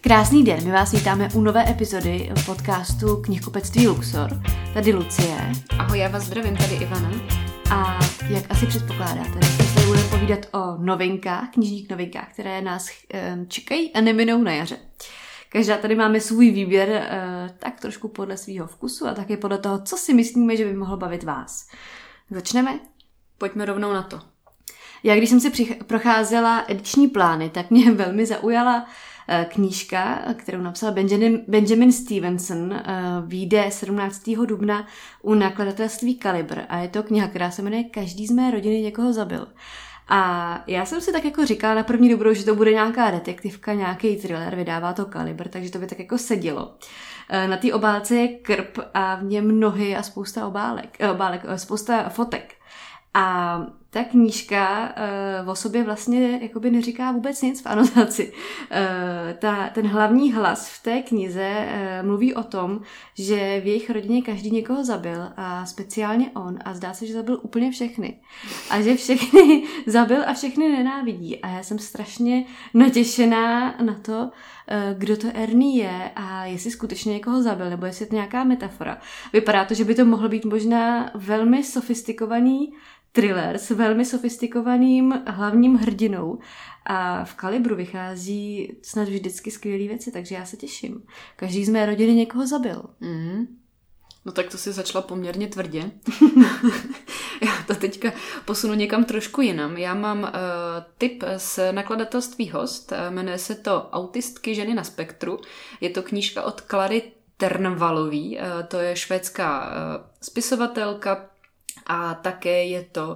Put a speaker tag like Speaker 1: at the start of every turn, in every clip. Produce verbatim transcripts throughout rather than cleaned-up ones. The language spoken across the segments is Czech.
Speaker 1: Krásný den, my vás vítáme u nové epizody podcastu Knihkupectví Luxor. Tady Lucie.
Speaker 2: Ahoj, já vás zdravím, tady Ivana.
Speaker 1: A jak asi předpokládáte, dneska se budeme povídat o novinkách, knižních novinkách, které nás um, čekají a neminou na jaře. Každá tady máme svůj výběr uh, tak trošku podle svého vkusu a také podle toho, co si myslíme, že by mohlo bavit vás. Začneme?
Speaker 2: Pojďme rovnou na to.
Speaker 1: Já když jsem si přich- procházela ediční plány, tak mě velmi zaujala knížka, kterou napsal Benjamin, Benjamin Stevenson, vyjde sedmnáctého dubna u nakladatelství Kalibr a je to kniha, která se jmenuje Každý z mé rodiny někoho zabil. A já jsem si tak jako říkala na první dobrou, že to bude nějaká detektivka, nějaký thriller, vydává to Kalibr, takže to by tak jako sedělo. Na té obálce je krb a v něm nohy a spousta obálek, obálek spousta fotek. A ta knížka uh, o sobě vlastně jakoby neříká vůbec nic v anotaci. Uh, ta, ten hlavní hlas v té knize uh, mluví o tom, že v jejich rodině každý někoho zabil a speciálně on a zdá se, že zabil úplně všechny. A že všechny zabil a všechny nenávidí. A já jsem strašně natěšená na to, uh, kdo to Ernie je a jestli skutečně někoho zabil, nebo jestli je to nějaká metafora. Vypadá to, že by to mohl být možná velmi sofistikovaný thriller s velmi sofistikovaným hlavním hrdinou a v Kalibru vychází snad vždycky skvělý věci, takže já se těším. Každý z mé rodiny někoho zabil.
Speaker 2: Mm. No tak to si začala poměrně tvrdě. Já to teďka posunu někam trošku jinam. Já mám uh, tip z nakladatelství Host, jmenuje se to Autistky ženy na spektru. Je to knížka od Clary Ternvallový, uh, to je švédská uh, spisovatelka, a také je to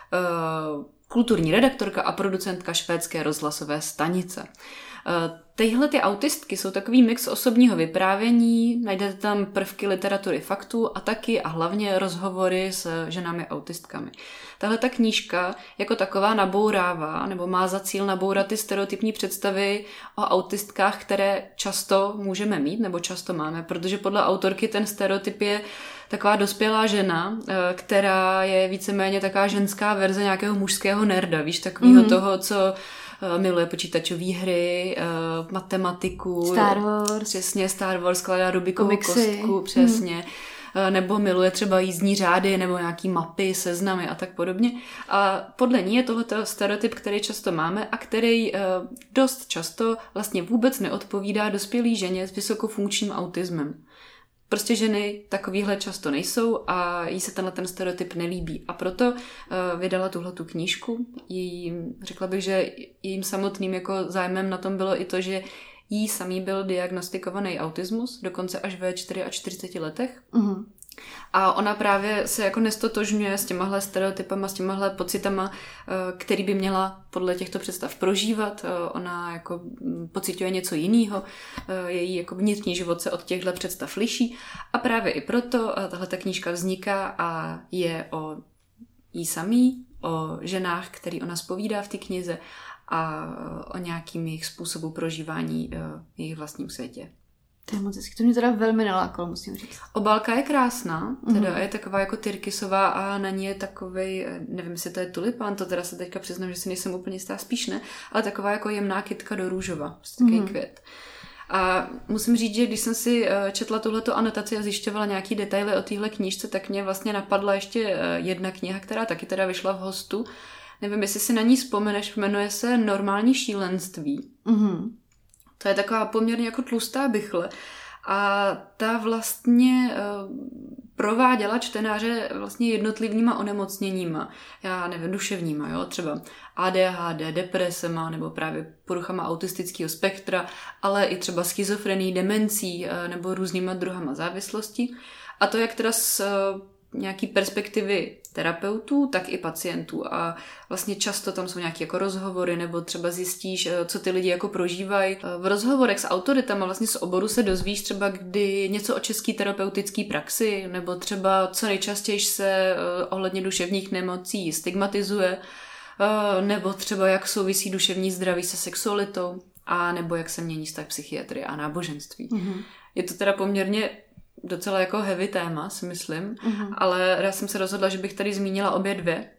Speaker 2: uh, kulturní redaktorka a producentka švédské rozhlasové stanice. Uh, Tyhle ty autistky jsou takový mix osobního vyprávění, najdete tam prvky literatury faktů a taky a hlavně rozhovory s ženami autistkami. Tahle ta knížka jako taková nabourává nebo má za cíl nabourat ty stereotypní představy o autistkách, které často můžeme mít nebo často máme, protože podle autorky ten stereotyp je taková dospělá žena, která je víceméně taková ženská verze nějakého mužského nerda, víš, takového mm-hmm. toho, co miluje počítačové hry, matematiku.
Speaker 1: Star Wars.
Speaker 2: Přesně, Star Wars, skládá Rubikovou kostku, přesně. Hmm. Nebo miluje třeba jízdní řády nebo nějaký mapy, seznamy a tak podobně. A podle ní je tohleto stereotyp, který často máme a který dost často vlastně vůbec neodpovídá dospělý ženě s vysokofunkčním autismem. Prostě ženy takovýhle často nejsou a jí se tenhle ten stereotyp nelíbí. A proto uh, vydala tuhletu knížku. Jí, řekla bych, že jejím samotným jako zájmem na tom bylo i to, že jí samý byl diagnostikovaný autismus, dokonce až ve čtyřiadčtyřiceti letech. Mm-hmm. A ona právě se jako nestotožňuje s těmahle stereotypama, s těmahle pocitama, který by měla podle těchto představ prožívat. Ona jako pociťuje něco jiného, její jako vnitřní život se od těchto představ liší a právě i proto tahle ta knížka vzniká a je o jí samý, o ženách, který ona zpovídá v té knize a o nějakým jejich způsobu prožívání v jejich vlastním světě.
Speaker 1: To je moc hezky, to mě teda velmi nalákalo, musím říct.
Speaker 2: Obálka je krásná, teda
Speaker 1: mm-hmm.
Speaker 2: je taková jako tyrkysová a na ní je takovej, nevím, jestli to je tulipán, to teda se teďka přiznám, že si nejsem úplně jistá, spíš ne, ale taková jako jemná kytka do růžova, prostě takový mm-hmm. květ. A musím říct, že když jsem si četla tuhleto anotaci a zjišťovala nějaký detaily o téhle knížce, tak mě vlastně napadla ještě jedna kniha, která taky teda vyšla v Hostu. Nevím, jestli si na ní vzpomeneš, jmenuje se Normální šílenství. Mm-hmm. To je taková poměrně jako tlustá bychle a ta vlastně uh, prováděla čtenáře vlastně jednotlivýma onemocněníma, já nevím, duševníma, jo, třeba A D H D, depresema nebo právě poruchama autistického spektra, ale i třeba schizofrenií, demencí uh, nebo různýma druhama závislostí. A to jak teda z uh, nějaký perspektivy terapeutů, tak i pacientů a vlastně často tam jsou nějaké jako rozhovory nebo třeba zjistíš, co ty lidi jako prožívají. V rozhovorech s autoritama vlastně z oboru se dozvíš třeba kdy něco o české terapeutické praxi nebo třeba co nejčastěji se ohledně duševních nemocí stigmatizuje nebo třeba jak souvisí duševní zdraví se sexualitou a nebo jak se mění vztah psychiatrie a náboženství. Mm-hmm. Je to teda poměrně docela jako heavy téma, si myslím, mm-hmm. ale já jsem se rozhodla, že bych tady zmínila obě dvě,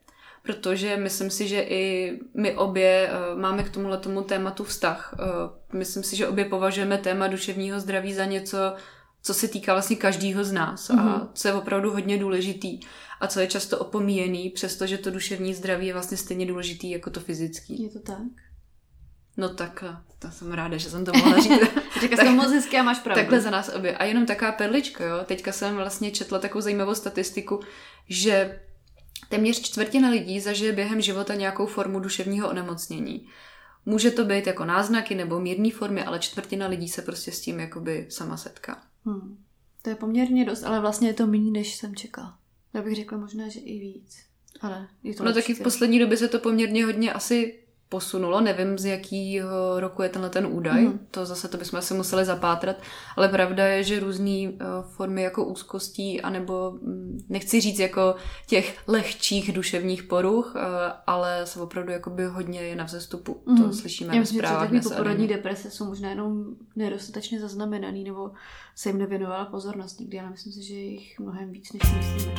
Speaker 2: protože myslím si, že i my obě uh, máme k tomuhle tomu tématu vztah. Uh, myslím si, že obě považujeme téma duševního zdraví za něco, co se týká vlastně každýho z nás mm-hmm. a co je opravdu hodně důležitý a co je často opomíjený, přestože to duševní zdraví je vlastně stejně důležitý jako to fyzický.
Speaker 1: Je to tak?
Speaker 2: No tak, to jsem ráda, že jsem to mohla říct.
Speaker 1: Říkala jsem moc hezky a máš pravdu.
Speaker 2: Takhle za nás obě. A jenom taková perlička, jo. Teďka jsem vlastně četla takovou zajímavou statistiku, že téměř čtvrtina lidí zažije během života nějakou formu duševního onemocnění. Může to být jako náznaky nebo mírné formy, ale čtvrtina lidí se prostě s tím jakoby sama setká.
Speaker 1: Hmm. To je poměrně dost, ale vlastně je to méně, než jsem čekala. Já bych řekla možná, že i víc. Ale je to
Speaker 2: no taky v poslední době se to poměrně hodně asi posunulo, nevím z jakého roku je tenhle ten údaj, mm. to zase to bychom asi museli zapátrat, ale pravda je, že různé uh, formy jako úzkostí, anebo um, nechci říct jako těch lehčích duševních poruch, uh, ale se opravdu jakoby hodně je na vzestupu, mm. to slyšíme
Speaker 1: Já
Speaker 2: ve
Speaker 1: myslím,
Speaker 2: zprávách.
Speaker 1: že takové poporodní deprese jsou možná jenom nedostatečně zaznamenaný, nebo se jim nevěnovala pozornost nikdy, ale myslím si, že je jich mnohem víc, než si myslíme.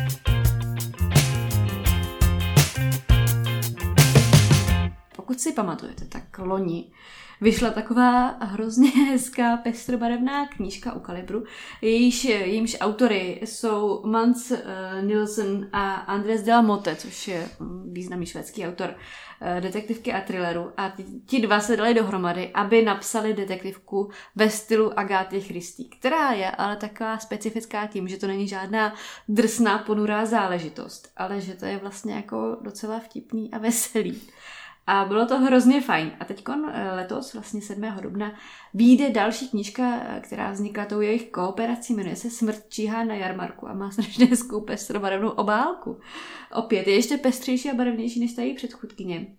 Speaker 1: Pokud si pamatujete, tak loni vyšla taková hrozně hezká pestrobarevná knížka u Kalibru, jejíž, jejímž autory jsou Mans uh, Nielsen a Andres de la Motte, což je významný švédský autor uh, detektivky a thrilleru. A ti, ti dva se dali dohromady, aby napsali detektivku ve stylu Agáty Christie, která je ale taková specifická tím, že to není žádná drsná, ponurá záležitost, ale že to je vlastně jako docela vtipný a veselý. A bylo to hrozně fajn. A teď letos, vlastně sedmého dubna, vyjde další knížka, která vznikla tou jejich kooperací, jmenuje se Smrt číhá na jarmarku a má strašně hezkou pestrobarevnou obálku. Opět je ještě pestřejší a barevnější než ta její předchůdkyně.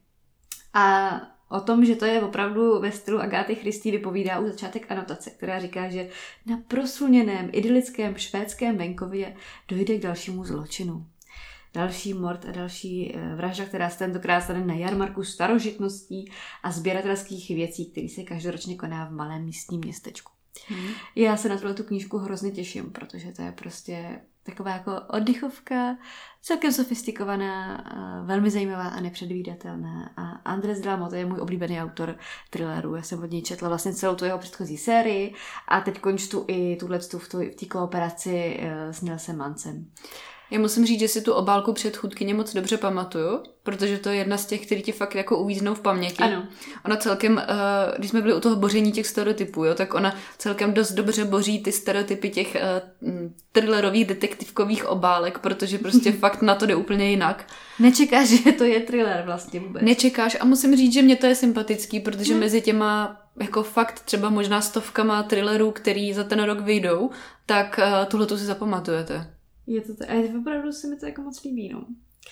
Speaker 1: A o tom, že to je opravdu ve stylu Agáty Christie, vypovídá už začátek anotace, která říká, že na prosluněném idylickém švédském venkově dojde k dalšímu zločinu. Další mord a další vražda, která se tentokrát stane na jarmarku starožitností a sběratelských věcí, který se každoročně koná v malém místním městečku. Hmm. Já se na tu knížku hrozně těším, protože to je prostě taková jako oddychovka, celkem sofistikovaná, velmi zajímavá a nepředvídatelná. A Andres de la Motte je můj oblíbený autor thrillerů. Já jsem od něj četla vlastně celou tu jeho předchozí sérii a teď končtu i tuhletu v té kooperaci s Nilsem Mansem.
Speaker 2: Já musím říct, že si tu obálku předchůdkyně moc dobře pamatuju, protože to je jedna z těch, který ti fakt jako uvíznou v paměti.
Speaker 1: Ano.
Speaker 2: Ona celkem, když jsme byli u toho boření těch stereotypů, jo, tak ona celkem dost dobře boří ty stereotypy těch uh, thrillerových detektivkových obálek, protože prostě fakt na to jde úplně jinak.
Speaker 1: Nečekáš, že to je thriller vlastně vůbec.
Speaker 2: Nečekáš a musím říct, že mě to je sympatický, protože hmm. mezi těma jako fakt třeba možná stovkama thrillerů, který za ten rok vyjdou, tak uh, tuhletu si zapamatujete.
Speaker 1: Je to t- a opravdu se mi to jako moc líbí, no.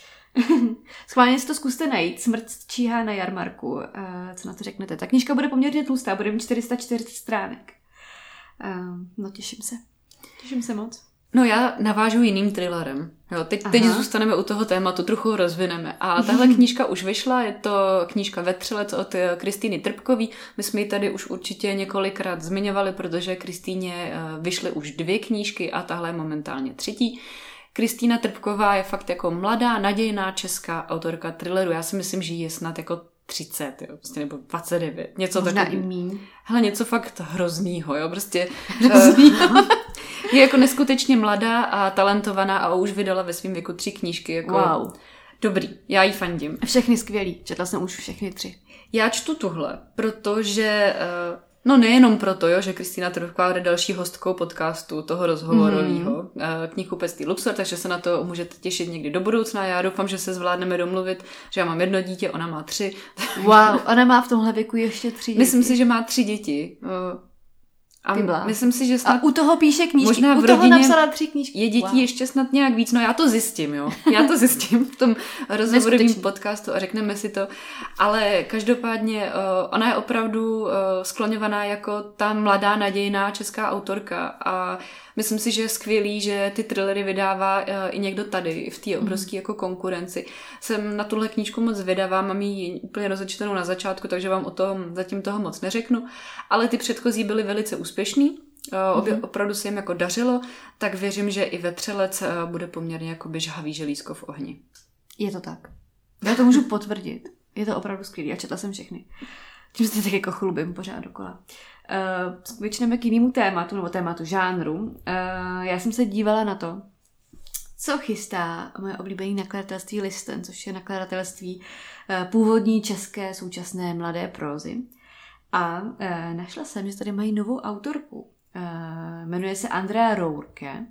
Speaker 1: Schválně si to zkuste najít. Smrt číhá na jarmarku. Uh, co na to řeknete? Ta knížka bude poměrně tlustá, bude mít čtyři sta čtyřicet stránek. Uh, no těším se. Těším se moc.
Speaker 2: No já navážu jiným thrillerem. Jo, teď, teď zůstaneme u toho tématu, trochu rozvineme. A tahle knížka už vyšla, je to knížka Vetřelec od Kristýny Trpkové. My jsme ji tady už určitě několikrát zmiňovali, protože Kristýně vyšly už dvě knížky a tahle je momentálně třetí. Kristýna Trpková je fakt jako mladá, nadějná česká autorka thrilleru. Já si myslím, že je snad jako třicet, jo, prostě, nebo dvacet devět. Něco
Speaker 1: možná
Speaker 2: takový.
Speaker 1: I míň.
Speaker 2: Hele, něco fakt hroznýho, jo, prostě hroznýho. Je jako neskutečně mladá a talentovaná a už vydala ve svém věku tři knížky. Jako
Speaker 1: wow.
Speaker 2: Dobrý, já jí fandím.
Speaker 1: Všechny skvělý, četla jsem už všechny tři.
Speaker 2: Já čtu tuhle, protože, no nejenom proto, jo, že Kristýna Trpková je další hostkou podcastu toho rozhovorového mm. knihkupectví Luxor, takže se na to můžete těšit někdy do budoucna. Já doufám, že se zvládneme domluvit, že já mám jedno dítě, ona má tři.
Speaker 1: Wow, ona má v tomhle věku ještě tři děti.
Speaker 2: Myslím si, že má tři děti. A myslím si, že snad...
Speaker 1: A u toho píše knížky.
Speaker 2: Možná v
Speaker 1: u toho
Speaker 2: rodině
Speaker 1: napsala tři knížky.
Speaker 2: Je dětí wow. ještě snad nějak víc. No já to zjistím, jo. Já to zjistím v tom rozhovorovém podcastu a řekneme si to. Ale každopádně uh, ona je opravdu uh, skloňovaná jako ta mladá nadějná česká autorka a myslím si, že je skvělý, že ty thrillery vydává uh, i někdo tady v té obrovské mm. jako konkurenci. Jsem na tuhle knížku moc vydavá, mám ji úplně rozečtenou na začátku, takže vám o tom zatím toho moc neřeknu. Ale ty předchozí byly velice úspěšný. Uh, obě, mm. opravdu se jim jako dařilo, tak věřím, že i Vetřelec uh, bude poměrně jako žhavý želízko v ohni.
Speaker 1: Je to tak. Já to můžu potvrdit. Je to opravdu skvělý. Já četla jsem všechny. Tím se tak jako chlubím pořád dokola. Uh, Většinou k jinému tématu, nebo tématu žánru. Uh, já jsem se dívala na to, co chystá moje oblíbené nakladatelství Listen, což je nakladatelství uh, původní české současné mladé prózy. A uh, našla jsem, že tady mají novou autorku. Uh, jmenuje se Andrea Rourke uh,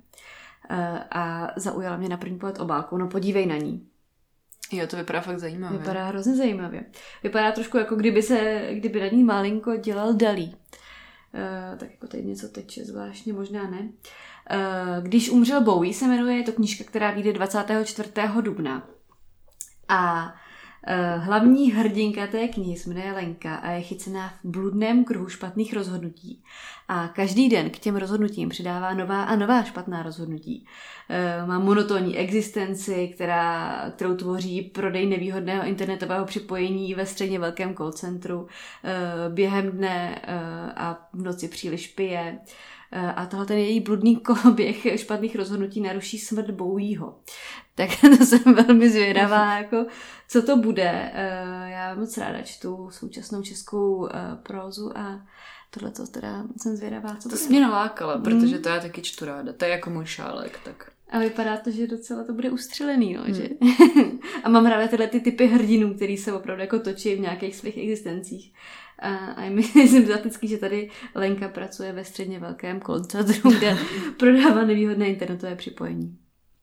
Speaker 1: a zaujala mě na první pohled obálkou. No podívej na ní.
Speaker 2: Jo, to vypadá fakt zajímavě.
Speaker 1: Vypadá hrozně zajímavě. Vypadá trošku jako kdyby se, kdyby na ní malinko dělal Dalí. Uh, tak jako tady něco teče zvláštně, možná ne. Uh, Když umřel Bowie se jmenuje, je to knížka, která vyjde dvacátého čtvrtého dubna. A uh, hlavní hrdinka té knihy se jmenuje Lenka a je chycená v bludném kruhu špatných rozhodnutí. A každý den k těm rozhodnutím přidává nová a nová špatná rozhodnutí. Uh, má monotónní existenci, která, kterou tvoří prodej nevýhodného internetového připojení ve středně velkém call centru. Uh, během dne uh, a v noci příliš pije. Uh, a tohle ten její bludný koloběh špatných rozhodnutí naruší smrt Bowieho. Tak to jsem velmi zvědavá, jako, co to bude. Uh, já moc ráda čtu současnou českou uh, prózu a tohle to teda jsem zvědavá, co to
Speaker 2: To jsi mě nalákala, protože to já taky čtu ráda. To je jako můj šálek, tak...
Speaker 1: A vypadá to, že docela to bude ustřelený, no, hmm. že? A mám ráda tyhle ty typy hrdinů, který se opravdu jako točí v nějakých svých existencích. A, a je mi sympatický, že tady Lenka pracuje ve středně velkém koncentru, kde prodává nevýhodné internetové připojení.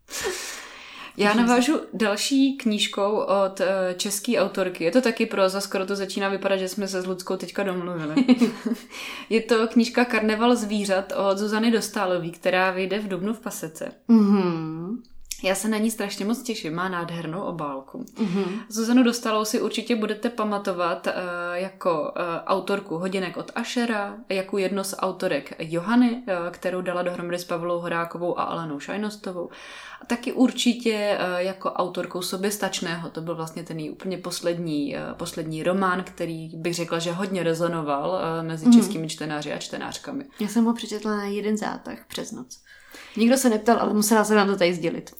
Speaker 2: Já navážu další knížkou od uh, české autorky. Je to taky próza, skoro to začíná vypadat, že jsme se s Luckou teďka domluvili. Je to knížka Karneval zvířat od Zuzany Dostálový, která vyjde v dubnu v Pasece.
Speaker 1: Mm-hmm.
Speaker 2: Já se na ní strašně moc těším, má nádhernou obálku.
Speaker 1: Mm-hmm.
Speaker 2: Zuzanu Dostálovou si určitě budete pamatovat uh, jako uh, autorku Hodinek od Aschera, jako jedno z autorek Johany, uh, kterou dala dohromady s Pavlou Horákovou a Alenou Šajnostovou. A taky určitě uh, jako autorkou Soběstačného, to byl vlastně ten její úplně poslední, uh, poslední román, který bych řekla, že hodně rezonoval uh, mezi mm-hmm. českými čtenáři a čtenářkami.
Speaker 1: Já jsem ho přečetla na jeden zátah přes noc. Nikdo se neptal, ale musela se nám to tady sdělit.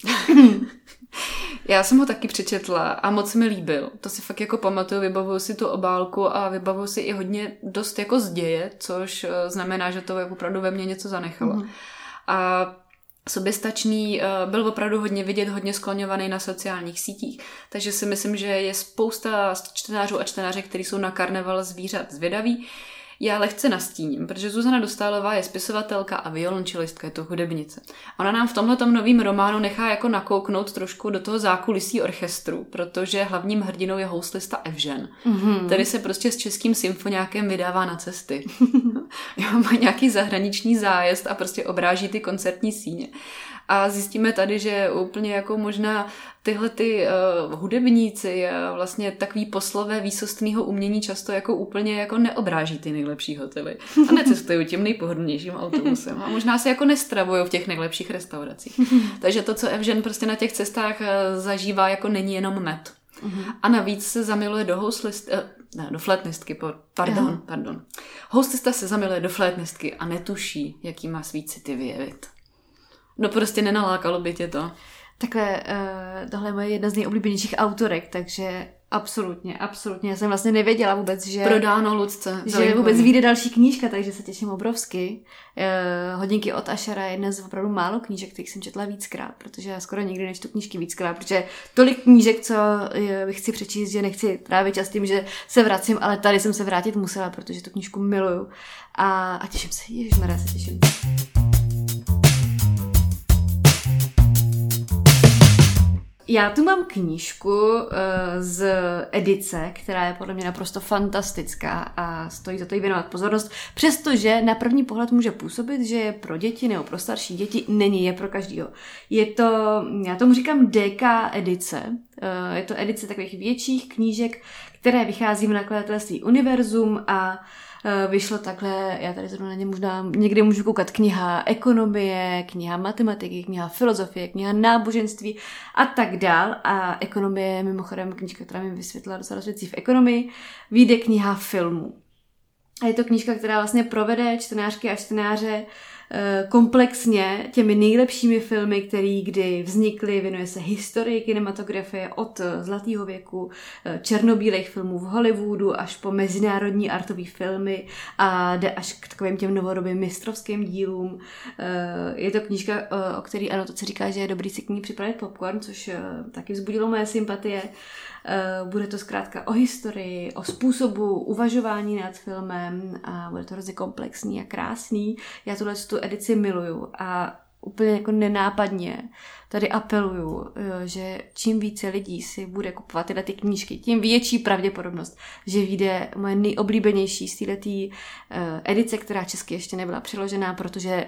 Speaker 2: Já jsem ho taky přečetla a moc mi líbil. To si fakt jako pamatuju, vybavuju si tu obálku a vybavuju si i hodně dost jako z děje, což znamená, že to opravdu ve mně něco zanechalo. Mm. A Soběstačný byl opravdu hodně vidět, hodně skloňovaný na sociálních sítích, takže si myslím, že je spousta čtenářů a čtenářek, kteří jsou na Karneval zvířat zvědaví. Já lehce nastíním, protože Zuzana Dostálová je spisovatelka a violončelistka, je to hudebnice. Ona nám v tomhletom novým románu nechá jako nakouknout trošku do toho zákulisí orchestru, protože hlavním hrdinou je houslista Evžen, mm-hmm. který se prostě s českým symfoniákem vydává na cesty. Má nějaký zahraniční zájezd a prostě obráží ty koncertní síně. A zjistíme tady, že úplně jako možná tyhle ty uh, hudebníci a vlastně takový poslové výsostného umění často jako úplně jako neobráží ty nejlepší hotely. A necestují tím nejpohodlnějším autobusem. A možná se jako nestravují v těch nejlepších restauracích. Takže to, co Evžen prostě na těch cestách uh, zažívá, jako není jenom med. A navíc se zamiluje do houslist, uh, ne, do flétnistky, pardon, Aha. pardon. Houslista se zamiluje do flétnistky a netuší, jaký má svý city vyjevit. No prostě nenalákalo by tě to.
Speaker 1: Takhle, uh, tohle je moje jedna z nejoblíbenějších autorek, takže absolutně, absolutně. Já jsem vlastně nevěděla vůbec, že...
Speaker 2: Prodáno Lucce.
Speaker 1: Že vůbec vyjde další knížka, takže se těším obrovsky. Uh, Hodinky od Aschera je jedna z opravdu málo knížek, kterých jsem četla víckrát, protože já skoro nikdy nečtu knížky víckrát, protože tolik knížek, co bych chci přečíst, že nechci trávit čas tím, že se vracím, ale tady jsem se vrátit musela, protože tu knížku miluju. A, a těším se, ježišmarja, se těším. Já tu mám knížku uh, z edice, která je podle mě naprosto fantastická a stojí za to jí věnovat pozornost, přestože na první pohled může působit, že je pro děti nebo pro starší děti, není, je pro každýho. Je to, já tomu říkám D K edice, uh, je to edice takových větších knížek, které vychází v nakladatelství Univerzum a vyšlo takhle, já tady zrovna na ně možná někdy můžu koukat, kniha ekonomie, kniha matematiky, kniha filozofie, kniha náboženství a tak dál. A ekonomie je mimochodem knížka, která mi vysvětlila docela věcí v ekonomii. Vyjde kniha filmů. A je to knížka, která vlastně provede čtenářky a čtenáře komplexně těmi nejlepšími filmy, které kdy vznikly, věnuje se historii kinematografie od zlatého věku, černobílých filmů v Hollywoodu až po mezinárodní artové filmy a jde až k takovým těm novodobým mistrovským dílům. Je to knížka, o který ano, to se říká, že je dobrý si k ní připravit popcorn, což taky vzbudilo moje sympatie. Bude to zkrátka o historii, o způsobu uvažování nad filmem a bude to hrozně komplexní a krásný. Já tuhle tu edici miluju a úplně jako nenápadně tady apeluju, že čím více lidí si bude kupovat tyhle ty knížky, tím větší pravděpodobnost, že vyjde moje nejoblíbenější z této edice, která česky ještě nebyla přeložená, protože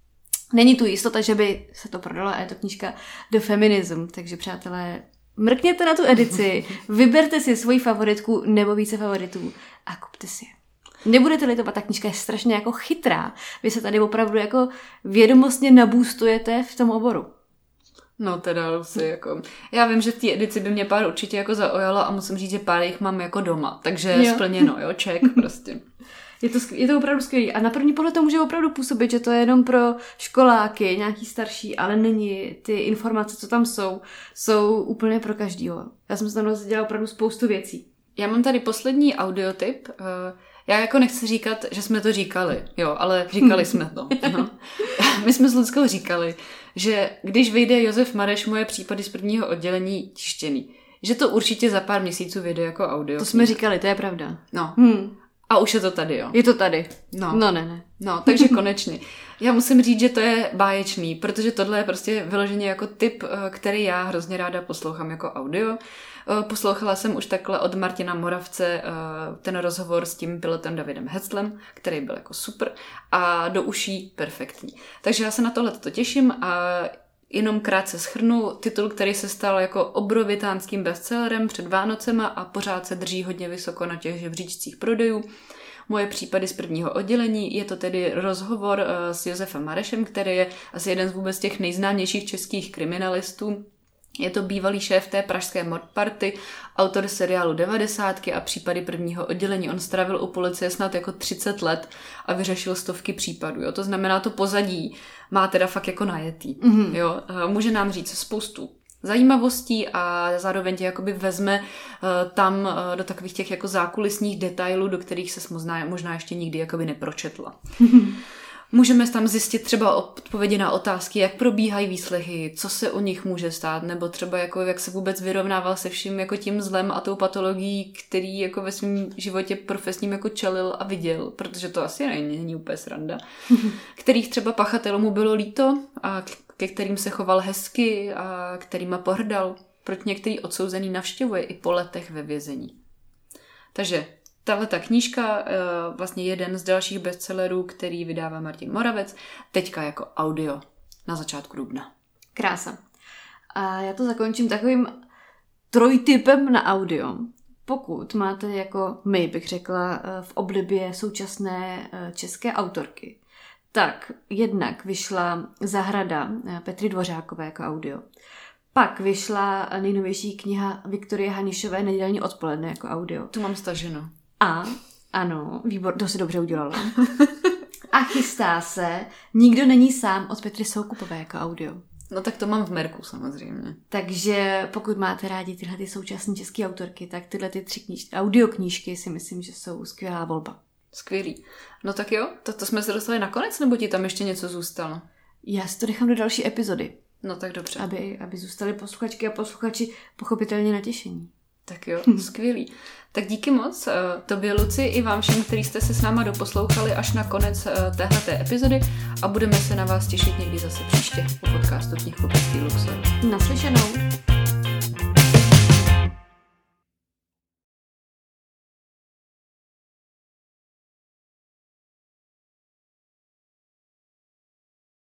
Speaker 1: není tu jistota, že by se to prodalo a je to knížka The Feminism, takže přátelé, mrkněte na tu edici, vyberte si svoji favoritku nebo více favoritů a kupte si je. Nebudete litovat, ta knížka je strašně jako chytrá. Vy se tady opravdu jako vědomostně nabůstujete v tom oboru.
Speaker 2: No teda, Lucy, jako... Já vím, že v té edici by mě pár určitě jako zaujalo a musím říct, že pár jich mám jako doma. Takže jo. Splněno, jo, ček prostě.
Speaker 1: Je to, je to opravdu skvělý. A na první pohled to může opravdu působit, že to je jenom pro školáky, nějaký starší, ale není. Ty informace, co tam jsou, jsou úplně pro každýho. Já jsem se tam dozvěděla opravdu spoustu věcí.
Speaker 2: Já mám tady poslední audiotip. Já jako nechci říkat, že jsme to říkali, jo, ale říkali jsme to. No. My jsme s Luckou říkali, že když vyjde Josef Mareš moje případy z prvního oddělení tištěný, že to určitě za pár měsíců vyjde jako audio.
Speaker 1: To jsme říkali, to je pravda.
Speaker 2: No. Hmm. A už je to tady, jo.
Speaker 1: Je to tady.
Speaker 2: No.
Speaker 1: No ne, ne.
Speaker 2: No, takže konečně. Já musím říct, že to je báječný, protože tohle je prostě vyloženě jako tip, který já hrozně ráda poslouchám jako audio. Poslouchala jsem už takhle od Martina Moravce ten rozhovor s tím pilotem Davidem Hetzlem, který byl jako super a do uší perfektní. Takže já se na tohle to těším a jenom krátce shrnu titul, který se stal jako obrovitánským bestsellerem před Vánocema a pořád se drží hodně vysoko na těch žebříčcích prodejů. Moje případy z prvního oddělení, je to tedy rozhovor s Josefem Marešem, který je asi jeden z vůbec těch nejznámějších českých kriminalistů. Je to bývalý šéf té pražské mordparty, autor seriálu devadesátky a případy prvního oddělení. On strávil u policie snad jako třicet let a vyřešil stovky případů. Jo? To znamená, to pozadí má teda fakt jako najetý. Mm-hmm. Jo? Může nám říct spoustu zajímavostí a zároveň tě jakoby vezme uh, tam uh, do takových těch jako zákulisních detailů, do kterých se možná, možná ještě nikdy jakoby nepročetla. Mm-hmm. Můžeme tam zjistit třeba odpovědi na otázky, jak probíhají výslechy, co se u nich může stát, nebo třeba jako jak se vůbec vyrovnával se vším jako tím zlem a tou patologií, který jako ve svém životě profesním jako čelil a viděl, protože to asi není, není úplně sranda, kterých třeba pachatelům mu bylo líto a ke kterým se choval hezky a kterýma pohrdal, proč některý odsouzený navštěvuje i po letech ve vězení. Takže tahle ta knížka, vlastně jeden z dalších bestsellerů, který vydává Martin Moravec, teďka jako audio na začátku dubna.
Speaker 1: Krása. A já to zakončím takovým trojtypem na audio. Pokud máte jako my, bych řekla, v oblibě současné české autorky, tak jednak vyšla Zahrada Petry Dvořákové jako audio. Pak vyšla nejnovější kniha Viktorie Hanišové Nedělní odpoledne jako audio.
Speaker 2: Tu mám staženo.
Speaker 1: A, ano, výbor, to si dobře udělala. A chystá se Nikdo není sám od Petry Soukupové jako audio.
Speaker 2: No tak to mám v merku samozřejmě.
Speaker 1: Takže pokud máte rádi tyhle ty současné české autorky, tak tyhle ty tři knížky, audioknížky si myslím, že jsou skvělá volba.
Speaker 2: Skvělý. No tak jo, to, to jsme se dostali nakonec, nebo ti tam ještě něco zůstalo?
Speaker 1: Já si to nechám do další epizody.
Speaker 2: No tak dobře.
Speaker 1: Aby, aby zůstali posluchačky a posluchači pochopitelně natěšení.
Speaker 2: Tak jo, skvělý. Tak díky moc tobě, Luci, i vám všem, kteří jste se s náma doposlouchali až na konec téhleté epizody a budeme se na vás těšit někdy zase příště u podcastu Knihkupectví Luxor.
Speaker 1: Naslyšenou.